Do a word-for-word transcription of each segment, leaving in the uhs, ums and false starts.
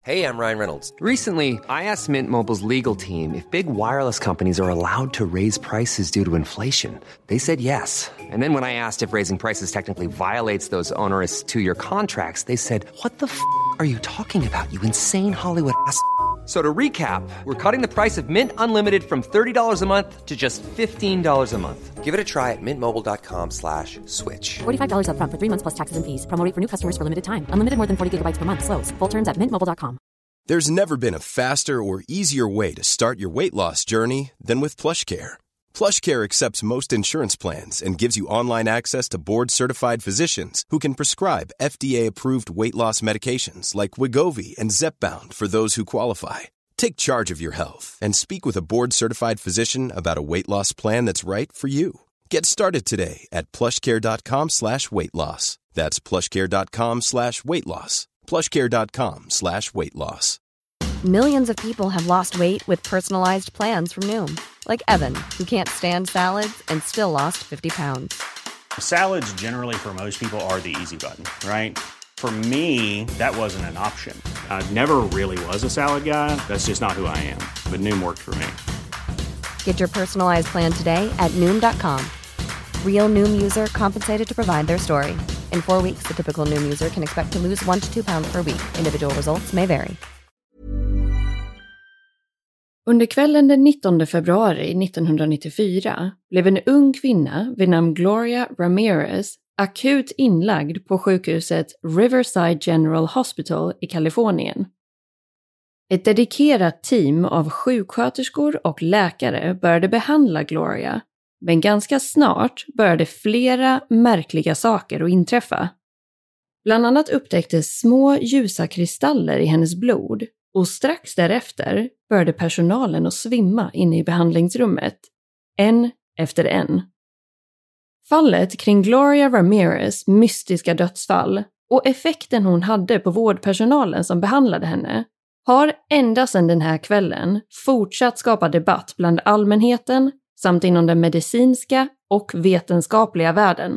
Hey, I'm Ryan Reynolds. Recently, I asked Mint Mobile's legal team if big wireless companies are allowed to raise prices due to inflation. They said yes. And then when I asked if raising prices technically violates those onerous two-year contracts, they said, "What the f*** are you talking about, you insane Hollywood ass?" So to recap, we're cutting the price of Mint Unlimited from thirty dollars a month to just fifteen dollars a month. Give it a try at mintmobile.com slash switch. forty-five dollars up front for three months plus taxes and fees. Promo rate for new customers for limited time. Unlimited more than forty gigabytes per month. Slows full terms at mint mobile dot com. There's never been a faster or easier way to start your weight loss journey than with PlushCare. PlushCare accepts most insurance plans and gives you online access to board-certified physicians who can prescribe F D A-approved weight loss medications like Wegovy and Zepbound for those who qualify. Take charge of your health and speak with a board-certified physician about a weight loss plan that's right for you. Get started today at plushcare.com slash weight loss. That's plushcare.com slash weight loss. plushcare.com slash weight loss. Millions of people have lost weight with personalized plans from Noom. Like Evan, who can't stand salads and still lost fifty pounds. Salads generally for most people are the easy button, right? For me, that wasn't an option. I never really was a salad guy. That's just not who I am. But Noom worked for me. Get your personalized plan today at Noom dot com. Real Noom user compensated to provide their story. In four weeks, the typical Noom user can expect to lose one to two pounds per week. Individual results may vary. Under kvällen den nittonde februari nittonhundranittiofyra blev en ung kvinna vid namn Gloria Ramirez akut inlagd på sjukhuset Riverside General Hospital i Kalifornien. Ett dedikerat team av sjuksköterskor och läkare började behandla Gloria, men ganska snart började flera märkliga saker att inträffa. Bland annat upptäcktes små ljusa kristaller i hennes blod och strax därefter började personalen att svimma inne i behandlingsrummet, en efter en. Fallet kring Gloria Ramirez mystiska dödsfall och effekten hon hade på vårdpersonalen som behandlade henne har ända sedan den här kvällen fortsatt skapa debatt bland allmänheten samt inom den medicinska och vetenskapliga världen.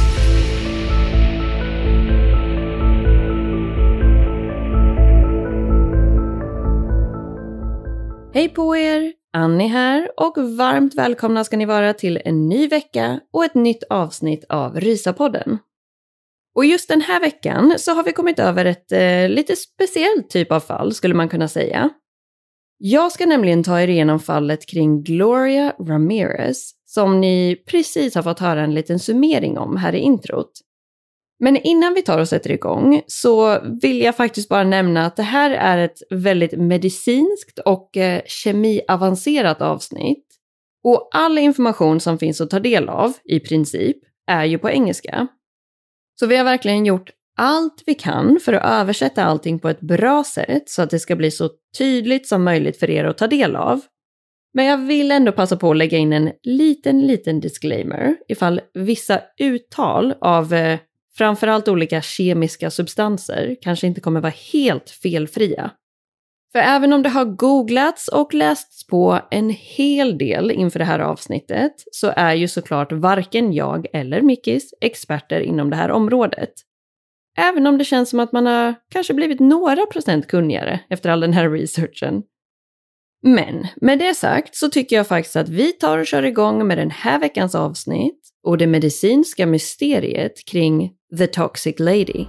Hej på er, Annie här och varmt välkomna ska ni vara till en ny vecka och ett nytt avsnitt av Rysapodden. Och just den här veckan så har vi kommit över ett eh, lite speciellt typ av fall skulle man kunna säga. Jag ska nämligen ta er igenom fallet kring Gloria Ramirez som ni precis har fått höra en liten summering om här i introt. Men innan vi tar och sätter igång så vill jag faktiskt bara nämna att det här är ett väldigt medicinskt och eh, kemiavancerat avsnitt. Och all information som finns att ta del av i princip är ju på engelska. Så vi har verkligen gjort allt vi kan för att översätta allting på ett bra sätt så att det ska bli så tydligt som möjligt för er att ta del av. Men jag vill ändå passa på att lägga in en liten, liten disclaimer ifall vissa uttal av eh, framförallt olika kemiska substanser kanske inte kommer vara helt felfria. För även om det har googlats och lästs på en hel del inför det här avsnittet så är ju såklart varken jag eller Mickis experter inom det här området. Även om det känns som att man har kanske blivit några procent kunnigare efter all den här researchen. Men med det sagt så tycker jag faktiskt att vi tar och kör igång med den här veckans avsnitt och det medicinska mysteriet kring The Toxic Lady.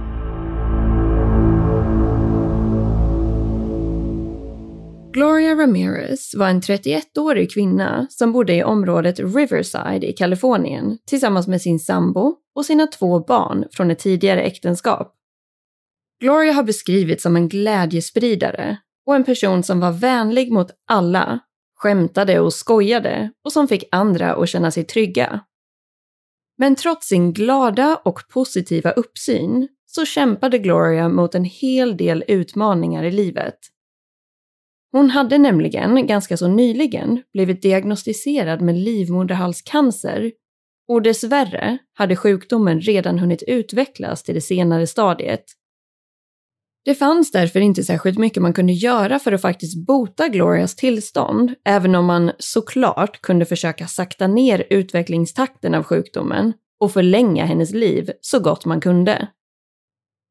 Gloria Ramirez var en trettioettårig kvinna som bodde i området Riverside i Kalifornien tillsammans med sin sambo och sina två barn från ett tidigare äktenskap. Gloria har beskrivits som en glädjespridare och en person som var vänlig mot alla, skämtade och skojade och som fick andra att känna sig trygga. Men trots sin glada och positiva uppsyn så kämpade Gloria mot en hel del utmaningar i livet. Hon hade nämligen ganska så nyligen blivit diagnostiserad med livmoderhalscancer och dessvärre hade sjukdomen redan hunnit utvecklas till det senare stadiet. Det fanns därför inte särskilt mycket man kunde göra för att faktiskt bota Glorias tillstånd, även om man såklart kunde försöka sakta ner utvecklingstakten av sjukdomen och förlänga hennes liv så gott man kunde.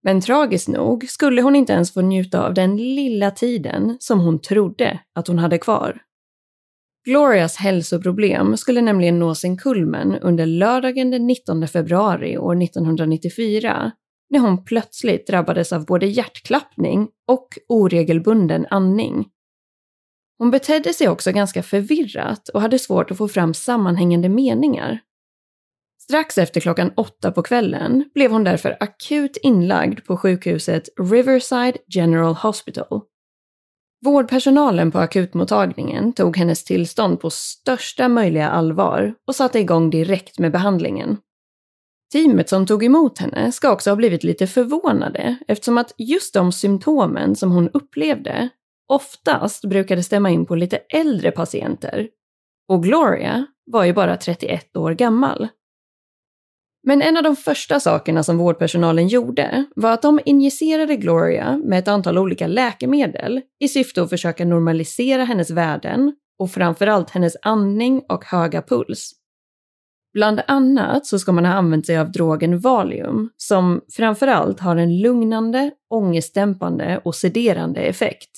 Men tragiskt nog skulle hon inte ens få njuta av den lilla tiden som hon trodde att hon hade kvar. Glorias hälsoproblem skulle nämligen nå sin kulmen under lördagen den nittonde februari år nittonhundranittiofyra, när hon plötsligt drabbades av både hjärtklappning och oregelbunden andning. Hon betedde sig också ganska förvirrat och hade svårt att få fram sammanhängande meningar. Strax efter klockan åtta på kvällen blev hon därför akut inlagd på sjukhuset Riverside General Hospital. Vårdpersonalen på akutmottagningen tog hennes tillstånd på största möjliga allvar och satte igång direkt med behandlingen. Teamet som tog emot henne ska också ha blivit lite förvånade eftersom att just de symptomen som hon upplevde oftast brukade stämma in på lite äldre patienter. Och Gloria var ju bara trettioett år gammal. Men en av de första sakerna som vårdpersonalen gjorde var att de injicerade Gloria med ett antal olika läkemedel i syfte att försöka normalisera hennes värden och framförallt hennes andning och höga puls. Bland annat så ska man ha använt sig av drogen Valium som framförallt har en lugnande, ångestdämpande och sederande effekt.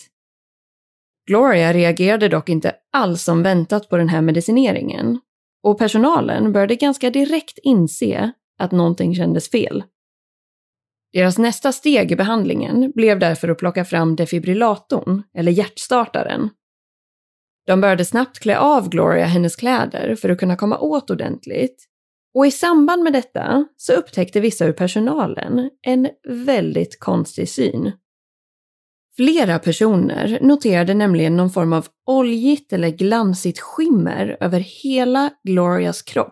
Gloria reagerade dock inte alls som väntat på den här medicineringen och personalen började ganska direkt inse att någonting kändes fel. Deras nästa steg i behandlingen blev därför att plocka fram defibrillatorn eller hjärtstartaren. De började snabbt klä av Gloria hennes kläder för att kunna komma åt ordentligt. Och i samband med detta så upptäckte vissa ur personalen en väldigt konstig syn. Flera personer noterade nämligen någon form av oljigt eller glansigt skimmer över hela Glorias kropp.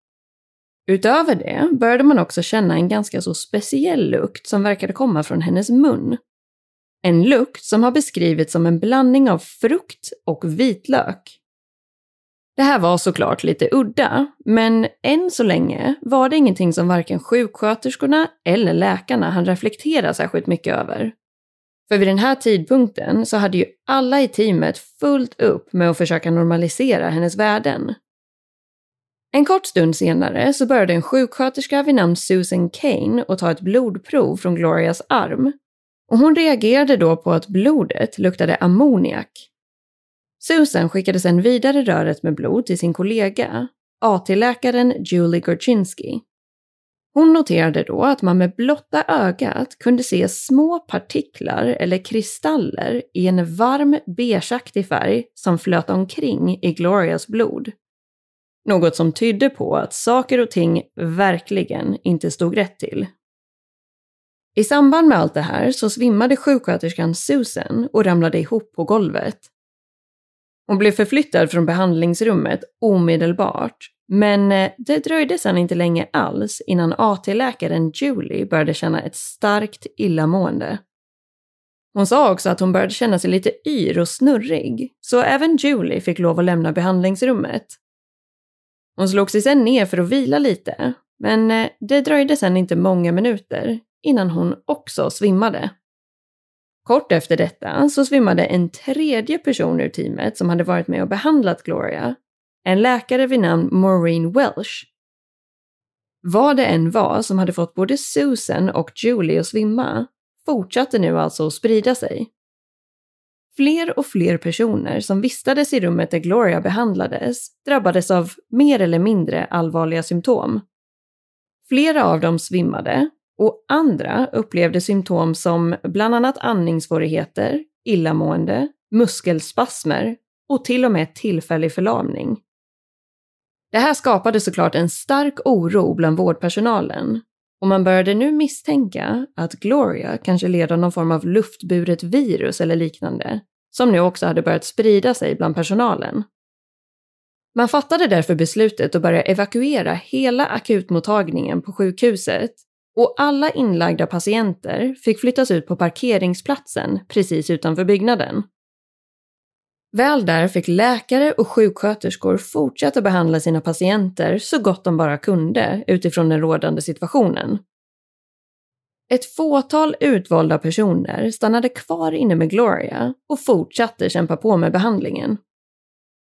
Utöver det började man också känna en ganska så speciell lukt som verkade komma från hennes mun. En lukt som har beskrivits som en blandning av frukt och vitlök. Det här var såklart lite udda, men än så länge var det ingenting som varken sjuksköterskorna eller läkarna hann reflektera särskilt mycket över. För vid den här tidpunkten så hade ju alla i teamet fullt upp med att försöka normalisera hennes värden. En kort stund senare så började en sjuksköterska vid namn Susan Kane att ta ett blodprov från Glorias arm. Och hon reagerade då på att blodet luktade ammoniak. Susan skickade sedan vidare röret med blod till sin kollega, A T-läkaren Julie Gorczynski. Hon noterade då att man med blotta ögat kunde se små partiklar eller kristaller i en varm beigeaktig färg som flöt omkring i Glorias blod. Något som tydde på att saker och ting verkligen inte stod rätt till. I samband med allt det här så svimmade sjuksköterskan Susan och ramlade ihop på golvet. Hon blev förflyttad från behandlingsrummet omedelbart, men det dröjde sedan inte länge alls innan A T-läkaren Julie började känna ett starkt illamående. Hon sa också att hon började känna sig lite yr och snurrig, så även Julie fick lov att lämna behandlingsrummet. Hon slog sig sedan ner för att vila lite, men det dröjde sedan inte många minuter innan hon också svimmade. Kort efter detta så svimmade en tredje person ur teamet som hade varit med och behandlat Gloria, en läkare vid namn Maureen Welsh. Vad det än var som hade fått både Susan och Julie att svimma fortsatte nu alltså att sprida sig. Fler och fler personer som vistades i rummet där Gloria behandlades drabbades av mer eller mindre allvarliga symptom. Flera av dem svimmade och andra upplevde symptom som bland annat andningssvårigheter, illamående, muskelspasmer och till och med tillfällig förlamning. Det här skapade såklart en stark oro bland vårdpersonalen och man började nu misstänka att Gloria kanske led av någon form av luftburet virus eller liknande som nu också hade börjat sprida sig bland personalen. Man fattade därför beslutet att börja evakuera hela akutmottagningen på sjukhuset och alla inlagda patienter fick flyttas ut på parkeringsplatsen precis utanför byggnaden. Väl där fick läkare och sjuksköterskor fortsätta behandla sina patienter så gott de bara kunde utifrån den rådande situationen. Ett fåtal utvalda personer stannade kvar inne med Gloria och fortsatte kämpa på med behandlingen.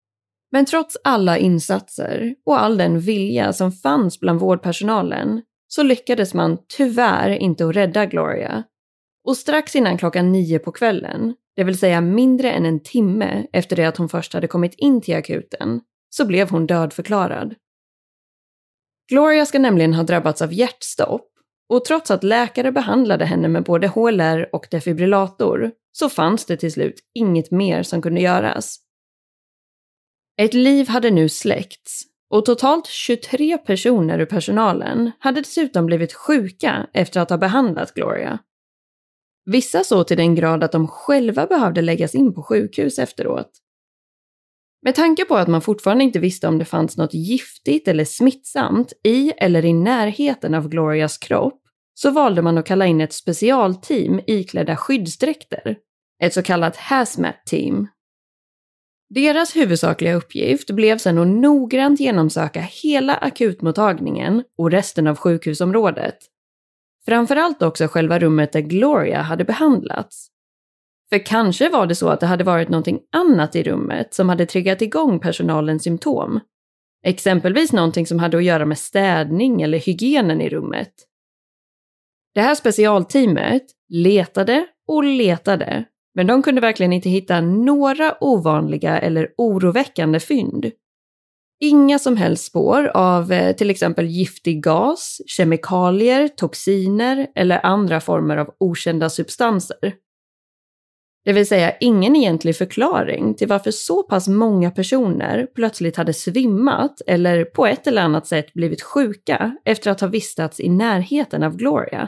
Men trots alla insatser och all den vilja som fanns bland vårdpersonalen så lyckades man tyvärr inte att rädda Gloria. Och strax innan klockan nio på kvällen, det vill säga mindre än en timme efter det att hon först hade kommit in till akuten, så blev hon dödförklarad. Gloria ska nämligen ha drabbats av hjärtstopp, och trots att läkare behandlade henne med både H L R och defibrillator så fanns det till slut inget mer som kunde göras. Ett liv hade nu släckts, och totalt tjugotre personer ur personalen hade dessutom blivit sjuka efter att ha behandlat Gloria. Vissa så till den grad att de själva behövde läggas in på sjukhus efteråt. Med tanke på att man fortfarande inte visste om det fanns något giftigt eller smittsamt i eller i närheten av Glorias kropp, så valde man att kalla in ett specialteam iklädda skyddsdräkter, ett så kallat hazmat team. Deras huvudsakliga uppgift blev sedan att noggrant genomsöka hela akutmottagningen och resten av sjukhusområdet. Framförallt också själva rummet där Gloria hade behandlats. För kanske var det så att det hade varit någonting annat i rummet som hade triggat igång personalens symptom. Exempelvis någonting som hade att göra med städning eller hygienen i rummet. Det här specialteamet letade och letade, men de kunde verkligen inte hitta några ovanliga eller oroväckande fynd. Inga som helst spår av till exempel giftig gas, kemikalier, toxiner eller andra former av okända substanser. Det vill säga ingen egentlig förklaring till varför så pass många personer plötsligt hade svimmat eller på ett eller annat sätt blivit sjuka efter att ha vistats i närheten av Gloria.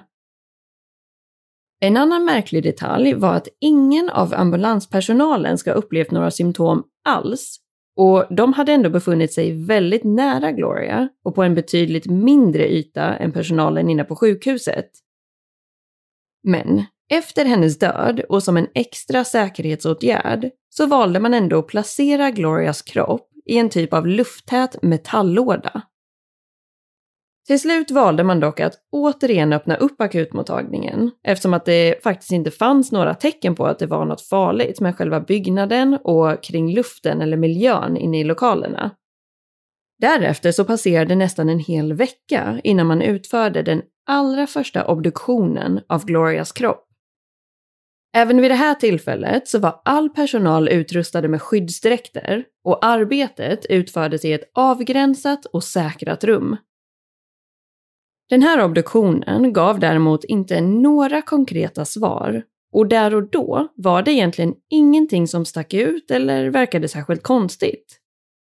En annan märklig detalj var att ingen av ambulanspersonalen ska ha upplevt några symptom alls, och de hade ändå befunnit sig väldigt nära Gloria och på en betydligt mindre yta än personalen inne på sjukhuset. Men efter hennes död och som en extra säkerhetsåtgärd så valde man ändå att placera Glorias kropp i en typ av lufttät metalllåda. Till slut valde man dock att återigen öppna upp akutmottagningen eftersom att det faktiskt inte fanns några tecken på att det var något farligt med själva byggnaden och kring luften eller miljön inne i lokalerna. Därefter så passerade nästan en hel vecka innan man utförde den allra första obduktionen av Glorias kropp. Även vid det här tillfället så var all personal utrustade med skyddsdräkter och arbetet utfördes i ett avgränsat och säkrat rum. Den här obduktionen gav däremot inte några konkreta svar, och där och då var det egentligen ingenting som stack ut eller verkade särskilt konstigt.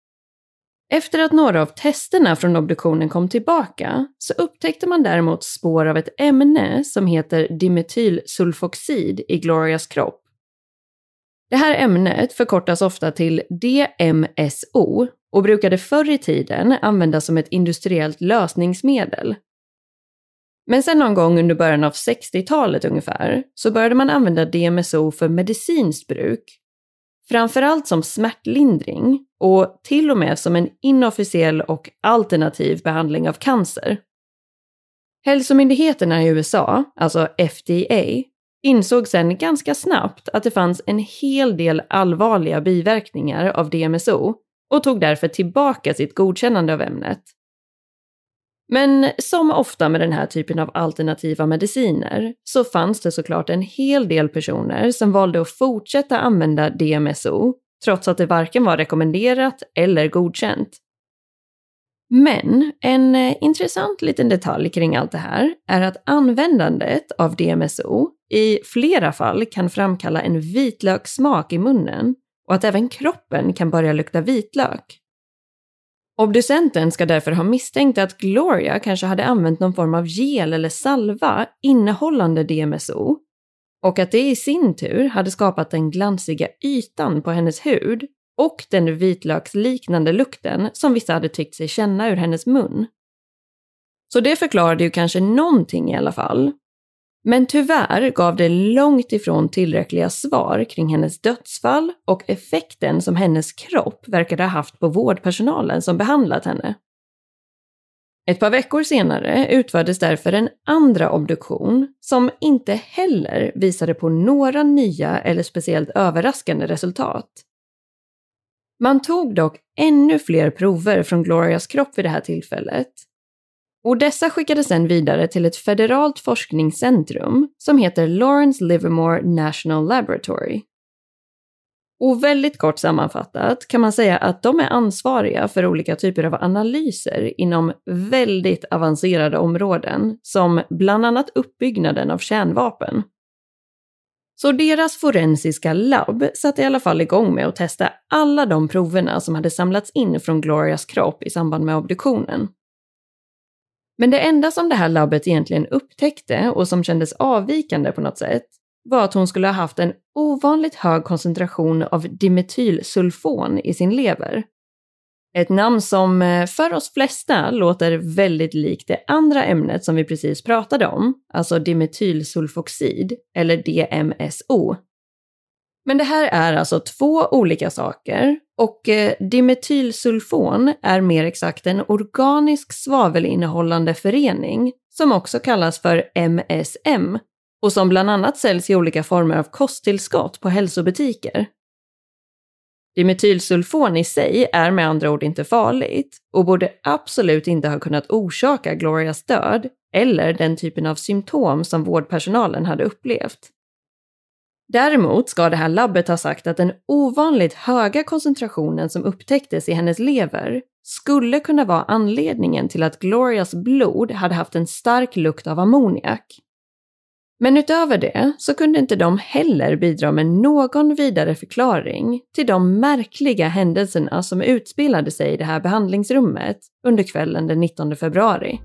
Efter att några av testerna från obduktionen kom tillbaka så upptäckte man däremot spår av ett ämne som heter dimetylsulfoxid i Glorias kropp. Det här ämnet förkortas ofta till D M S O och brukade förr i tiden användas som ett industriellt lösningsmedel. Men sen någon gång under början av sextiotalet ungefär så började man använda D M S O för medicinskt bruk. Framförallt som smärtlindring och till och med som en inofficiell och alternativ behandling av cancer. Hälsomyndigheterna i U S A, alltså F D A, insåg sedan ganska snabbt att det fanns en hel del allvarliga biverkningar av D M S O och tog därför tillbaka sitt godkännande av ämnet. Men som ofta med den här typen av alternativa mediciner så fanns det såklart en hel del personer som valde att fortsätta använda D M S O trots att det varken var rekommenderat eller godkänt. Men en intressant liten detalj kring allt det här är att användandet av D M S O i flera fall kan framkalla en vitlökssmak i munnen och att även kroppen kan börja lukta vitlök. Obducenten ska därför ha misstänkt att Gloria kanske hade använt någon form av gel eller salva innehållande D M S O och att det i sin tur hade skapat den glansiga ytan på hennes hud och den vitlöksliknande lukten som vissa hade tyckt sig känna ur hennes mun. Så det förklarade ju kanske någonting i alla fall. Men tyvärr gav det långt ifrån tillräckliga svar kring hennes dödsfall och effekten som hennes kropp verkade ha haft på vårdpersonalen som behandlat henne. Ett par veckor senare utfördes därför en andra obduktion som inte heller visade på några nya eller speciellt överraskande resultat. Man tog dock ännu fler prover från Glorias kropp vid det här tillfället. Och dessa skickades sedan vidare till ett federalt forskningscentrum som heter Lawrence Livermore National Laboratory. Och väldigt kort sammanfattat kan man säga att de är ansvariga för olika typer av analyser inom väldigt avancerade områden, som bland annat uppbyggnaden av kärnvapen. Så deras forensiska labb satte i alla fall igång med att testa alla de proverna som hade samlats in från Glorias kropp i samband med obduktionen. Men det enda som det här labbet egentligen upptäckte och som kändes avvikande på något sätt var att hon skulle ha haft en ovanligt hög koncentration av dimetylsulfon i sin lever. Ett namn som för oss flesta låter väldigt likt det andra ämnet som vi precis pratade om, alltså dimetylsulfoxid eller D M S O. Men det här är alltså två olika saker och dimetylsulfon är mer exakt en organisk svavelinnehållande förening som också kallas för M S M och som bland annat säljs i olika former av kosttillskott på hälsobutiker. Dimetylsulfon i sig är med andra ord inte farligt och borde absolut inte ha kunnat orsaka Glorias död eller den typen av symptom som vårdpersonalen hade upplevt. Däremot ska det här labbet ha sagt att den ovanligt höga koncentrationen som upptäcktes i hennes lever skulle kunna vara anledningen till att Glorias blod hade haft en stark lukt av ammoniak. Men utöver det så kunde inte de heller bidra med någon vidare förklaring till de märkliga händelserna som utspelade sig i det här behandlingsrummet under kvällen den nittonde februari.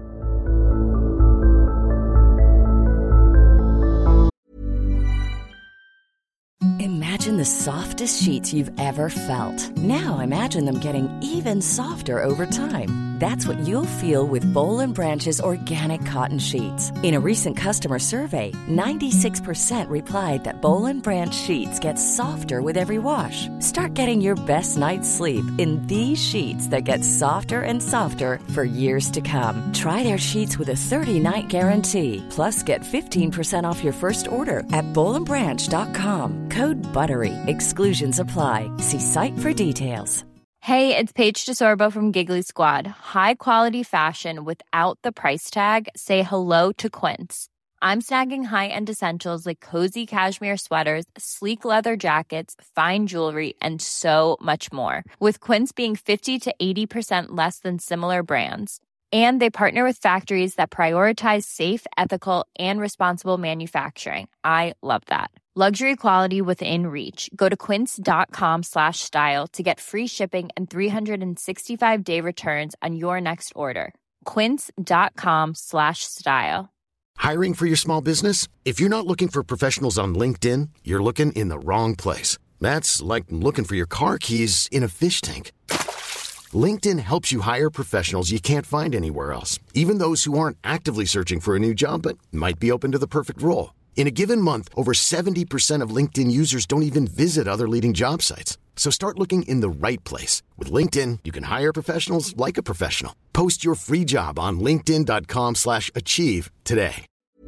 Imagine the softest sheets you've ever felt. Now imagine them getting even softer over time. That's what you'll feel with Boll and Branch's organic cotton sheets. In a recent customer survey, ninety-six percent replied that Boll and Branch sheets get softer with every wash. Start getting your best night's sleep in these sheets that get softer and softer for years to come. Try their sheets with a thirty-night guarantee. Plus, get fifteen percent off your first order at boll and branch dot com. Code BUTTERY. Exclusions apply. See site for details. Hey, it's Paige DeSorbo from Giggly Squad. High quality fashion without the price tag. Say hello to Quince. I'm snagging high-end essentials like cozy cashmere sweaters, sleek leather jackets, fine jewelry, and so much more. With Quince being fifty to eighty percent less than similar brands. And they partner with factories that prioritize safe, ethical, and responsible manufacturing. I love that. Luxury quality within reach. Go to quince.com slash style to get free shipping and three sixty-five day returns on your next order. Quince.com slash style. Hiring for your small business? If you're not looking for professionals on LinkedIn, you're looking in the wrong place. That's like looking for your car keys in a fish tank. LinkedIn helps you hire professionals you can't find anywhere else, even those who aren't actively searching for a new job but might be open to the perfect role. In a given month, over seventy percent of LinkedIn users don't even visit other leading job sites. So start looking in the right place. With LinkedIn, you can hire professionals like a professional. Post your free job on linkedin dot com slash achieve today.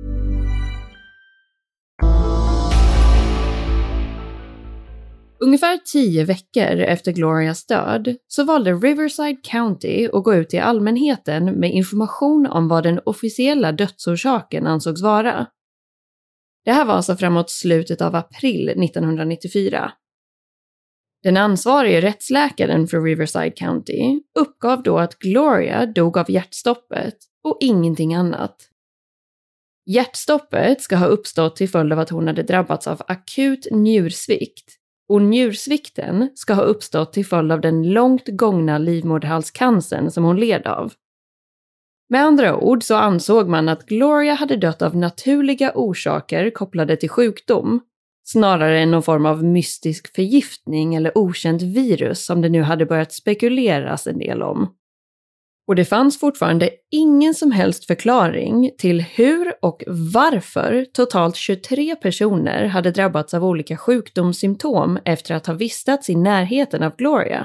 Ungefär tio veckor efter Glorias död så valde Riverside County att gå ut till allmänheten med information om vad den officiella dödsorsaken ansågs vara. Det här var alltså framåt slutet av april nittonhundranittiofyra. Den ansvarige rättsläkaren för Riverside County uppgav då att Gloria dog av hjärtstoppet och ingenting annat. Hjärtstoppet ska ha uppstått till följd av att hon hade drabbats av akut njursvikt. Och njursvikten ska ha uppstått till följd av den långt gångna livmoderhalscancern som hon led av. Med andra ord så ansåg man att Gloria hade dött av naturliga orsaker kopplade till sjukdom, snarare än någon form av mystisk förgiftning eller okänt virus som det nu hade börjat spekuleras en del om. Och det fanns fortfarande ingen som helst förklaring till hur och varför totalt tjugotre personer hade drabbats av olika sjukdomssymptom efter att ha vistats i närheten av Gloria.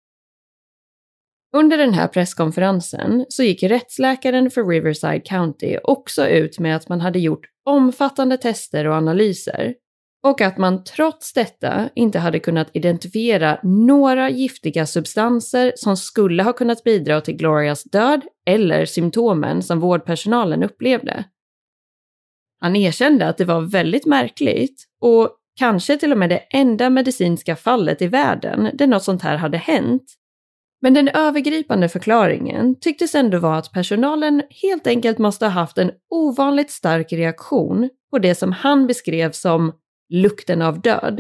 Under den här presskonferensen så gick rättsläkaren för Riverside County också ut med att man hade gjort omfattande tester och analyser och att man trots detta inte hade kunnat identifiera några giftiga substanser som skulle ha kunnat bidra till Glorias död eller symptomen som vårdpersonalen upplevde. Han erkände att det var väldigt märkligt och kanske till och med det enda medicinska fallet i världen där något sånt här hade hänt. Men den övergripande förklaringen tycktes ändå vara att personalen helt enkelt måste ha haft en ovanligt stark reaktion på det som han beskrev som lukten av död.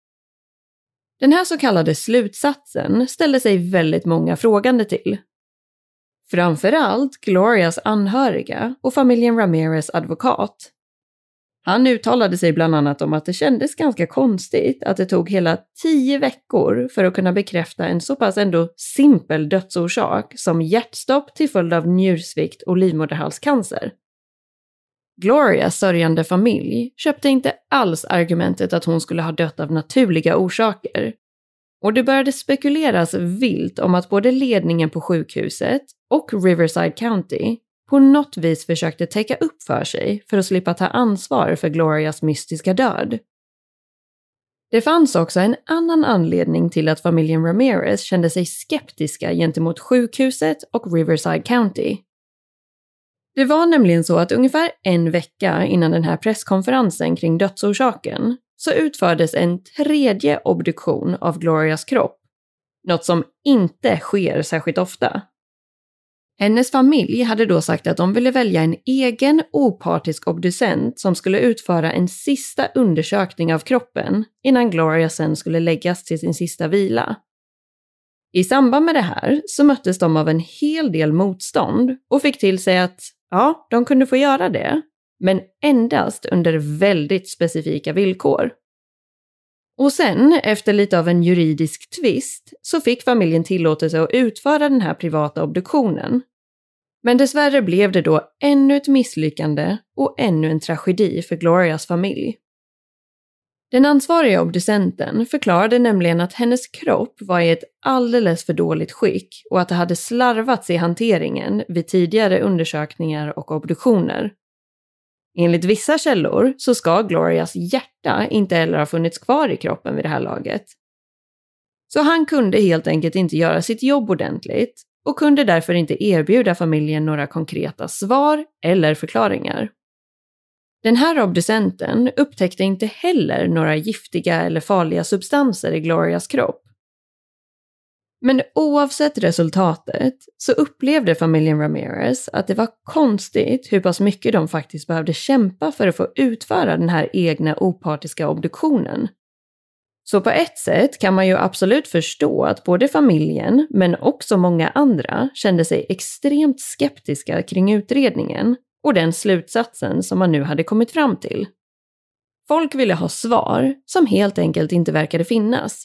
Den här så kallade slutsatsen ställde sig väldigt många frågande till. Framförallt Glorias anhöriga och familjen Ramirez advokat. Han uttalade sig bland annat om att det kändes ganska konstigt att det tog hela tio veckor för att kunna bekräfta en så pass ändå simpel dödsorsak som hjärtstopp till följd av njursvikt och livmoderhalscancer. Glorias sörjande familj köpte inte alls argumentet att hon skulle ha dött av naturliga orsaker. Och det började spekuleras vilt om att både ledningen på sjukhuset och Riverside County på något vis försökte täcka upp för sig för att slippa ta ansvar för Glorias mystiska död. Det fanns också en annan anledning till att familjen Ramirez kände sig skeptiska gentemot sjukhuset och Riverside County. Det var nämligen så att ungefär en vecka innan den här presskonferensen kring dödsorsaken så utfördes en tredje obduktion av Glorias kropp. Något som inte sker särskilt ofta. Hennes familj hade då sagt att de ville välja en egen opartisk obducent som skulle utföra en sista undersökning av kroppen innan Gloria sen skulle läggas till sin sista vila. I samband med det här så möttes de av en hel del motstånd och fick till sig att ja, de kunde få göra det, men endast under väldigt specifika villkor. Och sen, efter lite av en juridisk tvist, så fick familjen tillåtelse att utföra den här privata obduktionen. Men dessvärre blev det då ännu ett misslyckande och ännu en tragedi för Glorias familj. Den ansvariga obducenten förklarade nämligen att hennes kropp var i ett alldeles för dåligt skick och att det hade slarvats i hanteringen vid tidigare undersökningar och obduktioner. Enligt vissa källor så ska Glorias hjärta inte heller ha funnits kvar i kroppen vid det här laget. Så han kunde helt enkelt inte göra sitt jobb ordentligt och kunde därför inte erbjuda familjen några konkreta svar eller förklaringar. Den här obducenten upptäckte inte heller några giftiga eller farliga substanser i Glorias kropp. Men oavsett resultatet så upplevde familjen Ramirez att det var konstigt hur pass mycket de faktiskt behövde kämpa för att få utföra den här egna opartiska obduktionen. Så på ett sätt kan man ju absolut förstå att både familjen men också många andra kände sig extremt skeptiska kring utredningen och den slutsatsen som man nu hade kommit fram till. Folk ville ha svar som helt enkelt inte verkade finnas.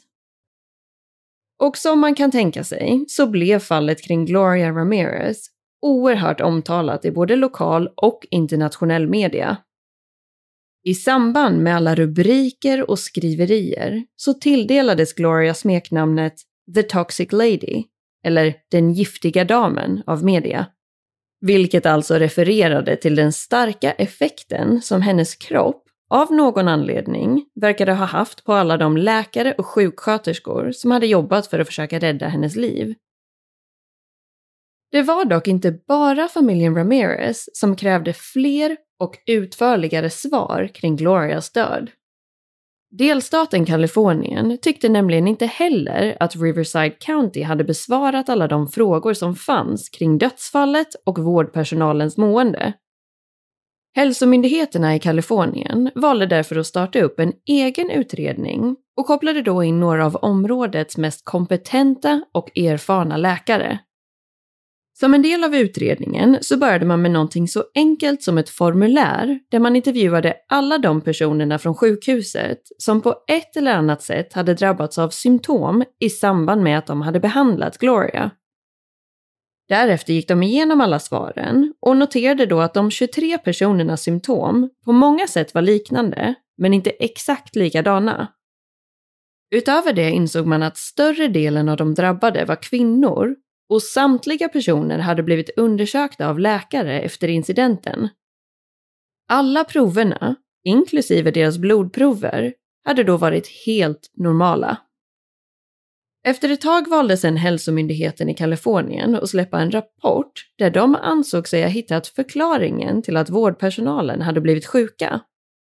Och som man kan tänka sig så blev fallet kring Gloria Ramirez oerhört omtalat i både lokal och internationell media. I samband med alla rubriker och skriverier så tilldelades Gloria smeknamnet The Toxic Lady, eller Den giftiga damen av media. Vilket alltså refererade till den starka effekten som hennes kropp av någon anledning verkade ha haft på alla de läkare och sjuksköterskor som hade jobbat för att försöka rädda hennes liv. Det var dock inte bara familjen Ramirez som krävde fler och utförligare svar kring Glorias död. Delstaten Kalifornien tyckte nämligen inte heller att Riverside County hade besvarat alla de frågor som fanns kring dödsfallet och vårdpersonalens mående. Hälsomyndigheterna i Kalifornien valde därför att starta upp en egen utredning och kopplade då in några av områdets mest kompetenta och erfarna läkare. Som en del av utredningen så började man med någonting så enkelt som ett formulär där man intervjuade alla de personerna från sjukhuset som på ett eller annat sätt hade drabbats av symptom i samband med att de hade behandlat Gloria. Därefter gick de igenom alla svaren och noterade då att de tjugotre personernas symptom på många sätt var liknande men inte exakt likadana. Utöver det insåg man att större delen av de drabbade var kvinnor och samtliga personer hade blivit undersökta av läkare efter incidenten. Alla proverna, inklusive deras blodprover, hade då varit helt normala. Efter ett tag valde sedan hälsomyndigheten i Kalifornien att släppa en rapport där de ansåg sig ha hittat förklaringen till att vårdpersonalen hade blivit sjuka.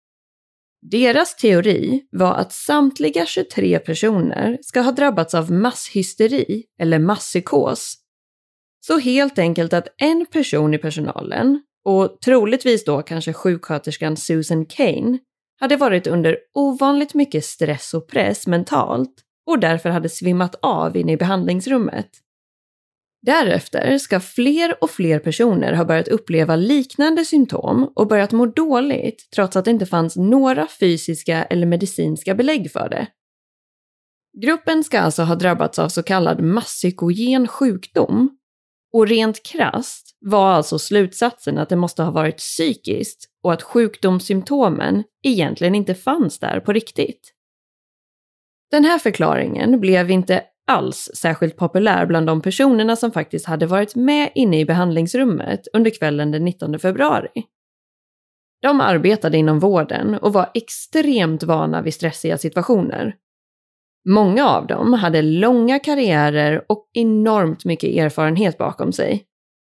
Deras teori var att samtliga tjugotre personer ska ha drabbats av masshysteri eller masspsykos. Så helt enkelt att en person i personalen, och troligtvis då kanske sjuksköterskan Susan Cain, hade varit under ovanligt mycket stress och press mentalt och därför hade svimmat av inne i behandlingsrummet. Därefter ska fler och fler personer ha börjat uppleva liknande symptom och börjat må dåligt trots att det inte fanns några fysiska eller medicinska belägg för det. Gruppen ska alltså ha drabbats av så kallad masspsykogen sjukdom, och rent krasst var alltså slutsatsen att det måste ha varit psykiskt och att sjukdomssymptomen egentligen inte fanns där på riktigt. Den här förklaringen blev inte alls särskilt populär bland de personerna som faktiskt hade varit med inne i behandlingsrummet under kvällen den nittonde februari. De arbetade inom vården och var extremt vana vid stressiga situationer. Många av dem hade långa karriärer och enormt mycket erfarenhet bakom sig.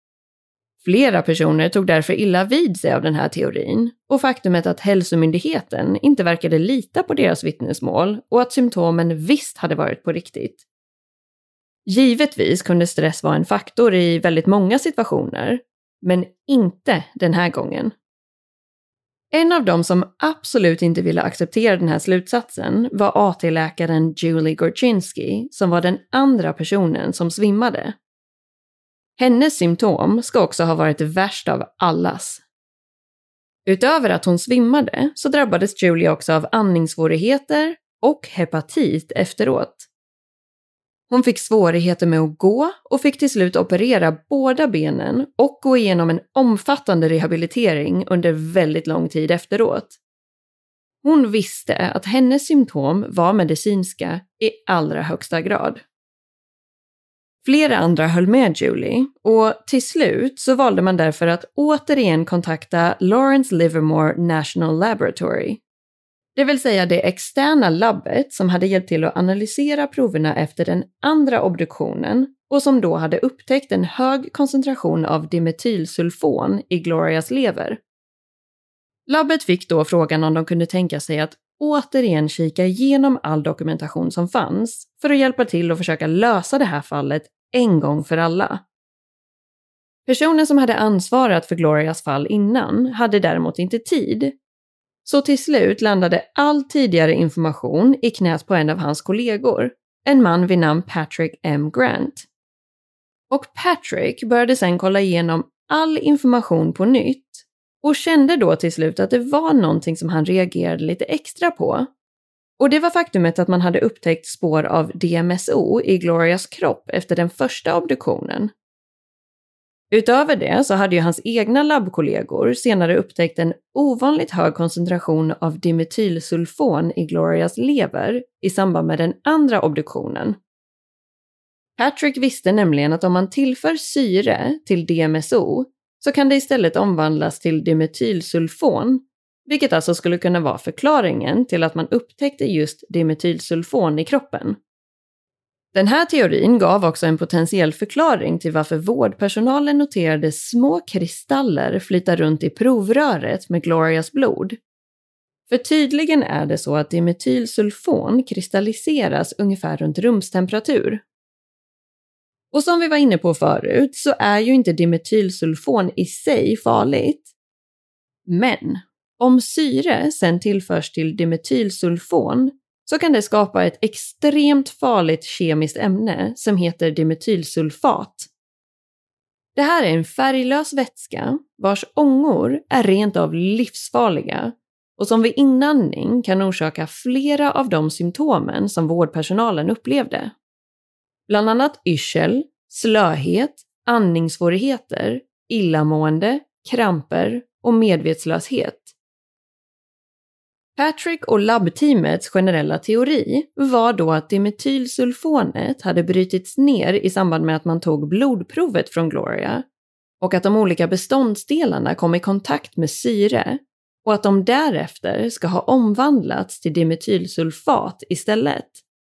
Flera personer tog därför illa vid sig av den här teorin och faktumet att hälsomyndigheten inte verkade lita på deras vittnesmål och att symptomen visst hade varit på riktigt. Givetvis kunde stress vara en faktor i väldigt många situationer, men inte den här gången. En av dem som absolut inte ville acceptera den här slutsatsen var A T-läkaren Julie Gorczynski, som var den andra personen som svimmade. Hennes symptom ska också ha varit det värsta av allas. Utöver att hon svimmade så drabbades Julie också av andningssvårigheter och hepatit efteråt. Hon fick svårigheter med att gå och fick till slut operera båda benen och gå igenom en omfattande rehabilitering under väldigt lång tid efteråt. Hon visste att hennes symptom var medicinska i allra högsta grad. Flera andra höll med Julie och till slut så valde man därför att återigen kontakta Lawrence Livermore National Laboratory. Det vill säga det externa labbet som hade hjälpt till att analysera proverna efter den andra obduktionen och som då hade upptäckt en hög koncentration av dimetylsulfon i Glorias lever. Labbet fick då frågan om de kunde tänka sig att återigen kika igenom all dokumentation som fanns för att hjälpa till att försöka lösa det här fallet en gång för alla. Personen som hade ansvarat för Glorias fall innan hade däremot inte tid. Så till slut landade all tidigare information i knät på en av hans kollegor, en man vid namn Patrick M. Grant. Och Patrick började sedan kolla igenom all information på nytt och kände då till slut att det var någonting som han reagerade lite extra på. Och det var faktumet att man hade upptäckt spår av D M S O i Glorias kropp efter den första obduktionen. Utöver det så hade ju hans egna labbkollegor senare upptäckt en ovanligt hög koncentration av dimetylsulfon i Glorias lever i samband med den andra obduktionen. Patrick visste nämligen att om man tillför syre till D M S O så kan det istället omvandlas till dimetylsulfon, vilket alltså skulle kunna vara förklaringen till att man upptäckte just dimetylsulfon i kroppen. Den här teorin gav också en potentiell förklaring till varför vårdpersonalen noterade små kristaller flyta runt i provröret med Glorias blod. För tydligen är det så att dimetylsulfon kristalliseras ungefär runt rumstemperatur. Och som vi var inne på förut så är ju inte dimetylsulfon i sig farligt. Men om syre sen tillförs till dimetylsulfon så kan det skapa ett extremt farligt kemiskt ämne som heter dimetylsulfat. Det här är en färglös vätska vars ångor är rent av livsfarliga och som vid inandning kan orsaka flera av de symptomen som vårdpersonalen upplevde. Bland annat yrsel, slöhet, andningssvårigheter, illamående, kramper och medvetslöshet. Patrick och labbteamets generella teori var då att dimetylsulfonet hade brytits ner i samband med att man tog blodprovet från Gloria och att de olika beståndsdelarna kom i kontakt med syre och att de därefter ska ha omvandlats till dimetylsulfat istället.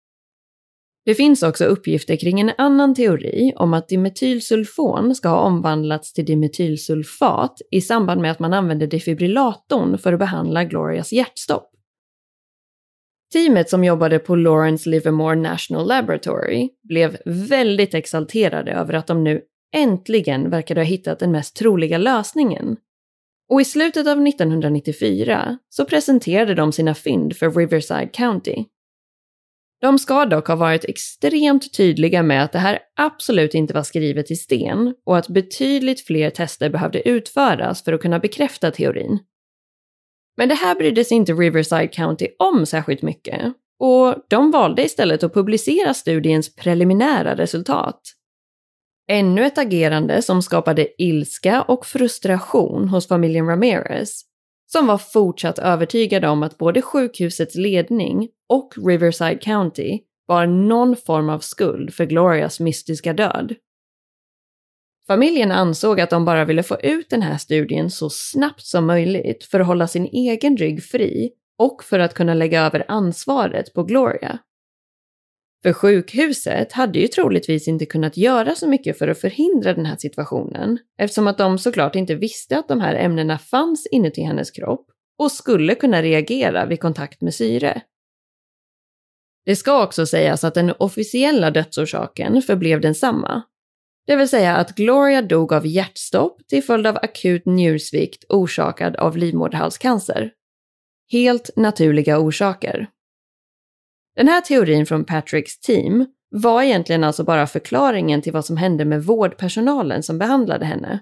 Det finns också uppgifter kring en annan teori om att dimetylsulfon ska ha omvandlats till dimetylsulfat i samband med att man använde defibrillatorn för att behandla Glorias hjärtstopp. Teamet som jobbade på Lawrence Livermore National Laboratory blev väldigt exalterade över att de nu äntligen verkade ha hittat den mest troliga lösningen. Och i slutet av nittonhundranittiofyra så presenterade de sina fynd för Riverside County. De ska dock ha varit extremt tydliga med att det här absolut inte var skrivet i sten och att betydligt fler tester behövde utföras för att kunna bekräfta teorin. Men det här brydde sig inte Riverside County om särskilt mycket och de valde istället att publicera studiens preliminära resultat. Ännu ett agerande som skapade ilska och frustration hos familjen Ramirez, som var fortsatt övertygade om att både sjukhusets ledning och Riverside County var någon form av skuld för Glorias mystiska död. Familjen ansåg att de bara ville få ut den här studien så snabbt som möjligt för att hålla sin egen rygg fri och för att kunna lägga över ansvaret på Gloria. För sjukhuset hade ju troligtvis inte kunnat göra så mycket för att förhindra den här situationen, eftersom att de såklart inte visste att de här ämnena fanns inuti hennes kropp och skulle kunna reagera vid kontakt med syre. Det ska också sägas att den officiella dödsorsaken förblev densamma. Det vill säga att Gloria dog av hjärtstopp till följd av akut njursvikt orsakad av livmoderhalscancer. Helt naturliga orsaker. Den här teorin från Patricks team var egentligen alltså bara förklaringen till vad som hände med vårdpersonalen som behandlade henne.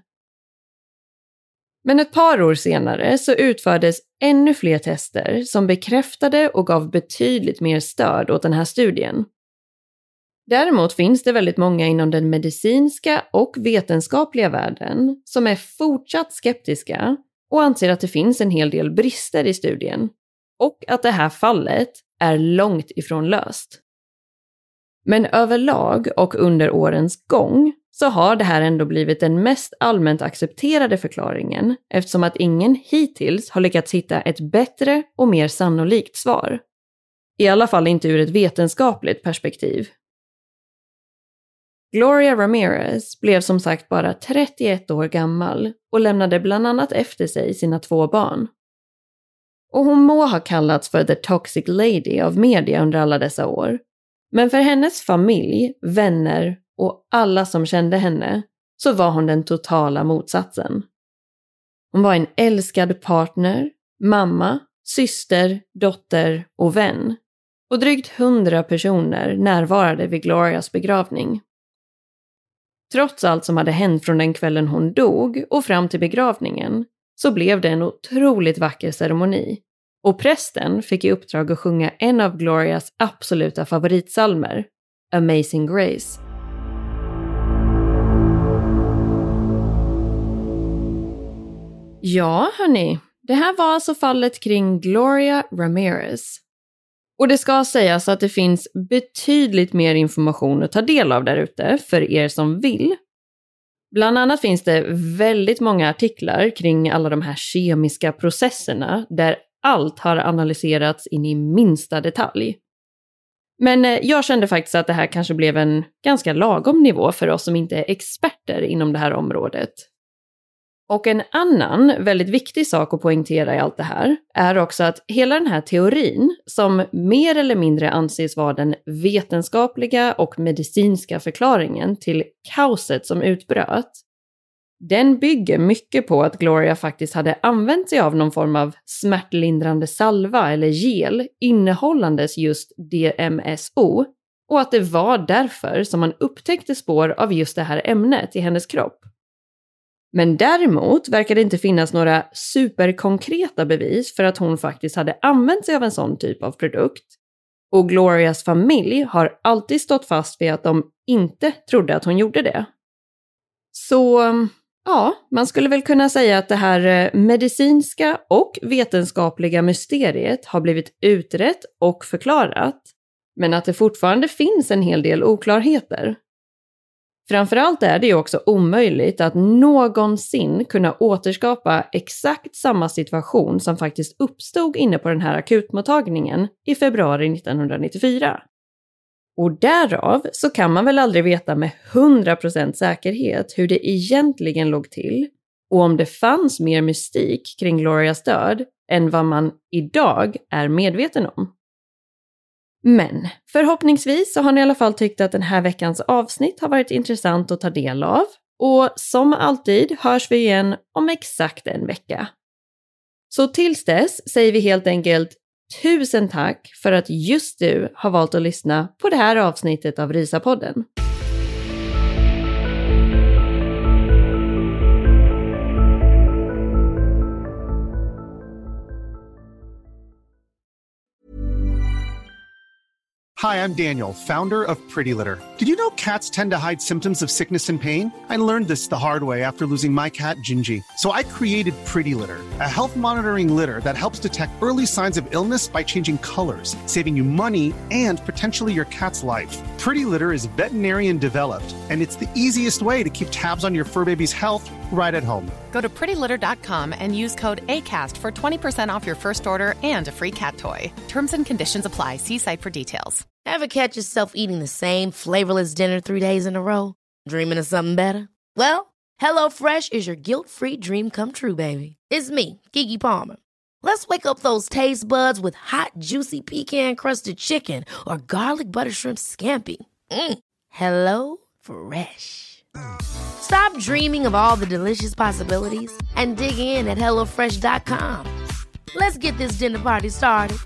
Men ett par år senare så utfördes ännu fler tester som bekräftade och gav betydligt mer stöd åt den här studien. Däremot finns det väldigt många inom den medicinska och vetenskapliga världen som är fortsatt skeptiska och anser att det finns en hel del brister i studien och att det här fallet är långt ifrån löst. Men överlag och under årens gång så har det här ändå blivit den mest allmänt accepterade förklaringen eftersom att ingen hittills har lyckats hitta ett bättre och mer sannolikt svar. I alla fall inte ur ett vetenskapligt perspektiv. Gloria Ramirez blev som sagt bara trettioett år gammal och lämnade bland annat efter sig sina två barn. Och hon må ha kallats för The Toxic Lady av media under alla dessa år. Men för hennes familj, vänner och alla som kände henne så var hon den totala motsatsen. Hon var en älskad partner, mamma, syster, dotter och vän. Och drygt hundra personer närvarade vid Glorias begravning. Trots allt som hade hänt från den kvällen hon dog och fram till begravningen så blev det en otroligt vacker ceremoni. Och prästen fick i uppdrag att sjunga en av Glorias absoluta favoritsalmer, Amazing Grace. Ja, hörni, det här var alltså fallet kring Gloria Ramirez. Och det ska sägas att det finns betydligt mer information att ta del av där ute för er som vill. Bland annat finns det väldigt många artiklar kring alla de här kemiska processerna där allt har analyserats in i minsta detalj. Men jag kände faktiskt att det här kanske blev en ganska lagom nivå för oss som inte är experter inom det här området. Och en annan väldigt viktig sak att poängtera i allt det här är också att hela den här teorin, som mer eller mindre anses vara den vetenskapliga och medicinska förklaringen till kaoset som utbröt, den bygger mycket på att Gloria faktiskt hade använt sig av någon form av smärtlindrande salva eller gel innehållandes just D M S O och att det var därför som man upptäckte spår av just det här ämnet i hennes kropp. Men däremot verkar det inte finnas några superkonkreta bevis för att hon faktiskt hade använt sig av en sån typ av produkt. Och Glorias familj har alltid stått fast vid att de inte trodde att hon gjorde det. Så ja, man skulle väl kunna säga att det här medicinska och vetenskapliga mysteriet har blivit utrett och förklarat. Men att det fortfarande finns en hel del oklarheter. Framförallt är det ju också omöjligt att någonsin kunna återskapa exakt samma situation som faktiskt uppstod inne på den här akutmottagningen i februari nittonhundranittiofyra. Och därav så kan man väl aldrig veta med hundra procent säkerhet hur det egentligen låg till och om det fanns mer mystik kring Glorias död än vad man idag är medveten om. Men förhoppningsvis så har ni i alla fall tyckt att den här veckans avsnitt har varit intressant att ta del av. Och som alltid hörs vi igen om exakt en vecka. Så tills dess säger vi helt enkelt tusen tack för att just du har valt att lyssna på det här avsnittet av Rysapodden. Hi, I'm Daniel, founder of Pretty Litter. Did you know cats tend to hide symptoms of sickness and pain? I learned this the hard way after losing my cat, Gingy. So I created Pretty Litter, a health monitoring litter that helps detect early signs of illness by changing colors, saving you money and potentially your cat's life. Pretty Litter is veterinarian developed, and it's the easiest way to keep tabs on your fur baby's health right at home. Go to pretty litter dot com and use code ACAST for twenty percent off your first order and a free cat toy. Terms and conditions apply. See site for details. Ever catch yourself eating the same flavorless dinner three days in a row? Dreaming of something better? Well, HelloFresh is your guilt-free dream come true, baby. It's me, Keke Palmer. Let's wake up those taste buds with hot, juicy pecan-crusted chicken or garlic butter shrimp scampi. Mm. Hello Fresh. Stop dreaming of all the delicious possibilities and dig in at hello fresh dot com. Let's get this dinner party started.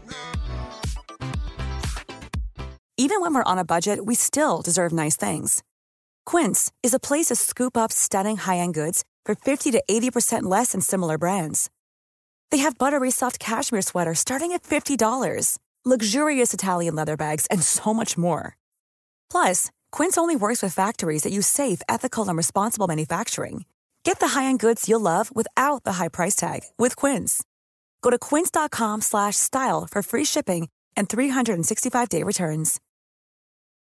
Even when we're on a budget, we still deserve nice things. Quince is a place to scoop up stunning high-end goods for fifty to eighty percent less than similar brands. They have buttery soft cashmere sweaters starting at fifty dollars, luxurious Italian leather bags, and so much more. Plus, Quince only works with factories that use safe, ethical, and responsible manufacturing. Get the high-end goods you'll love without the high price tag with Quince. Go to quince dot com slash style for free shipping and three hundred sixty-five day returns.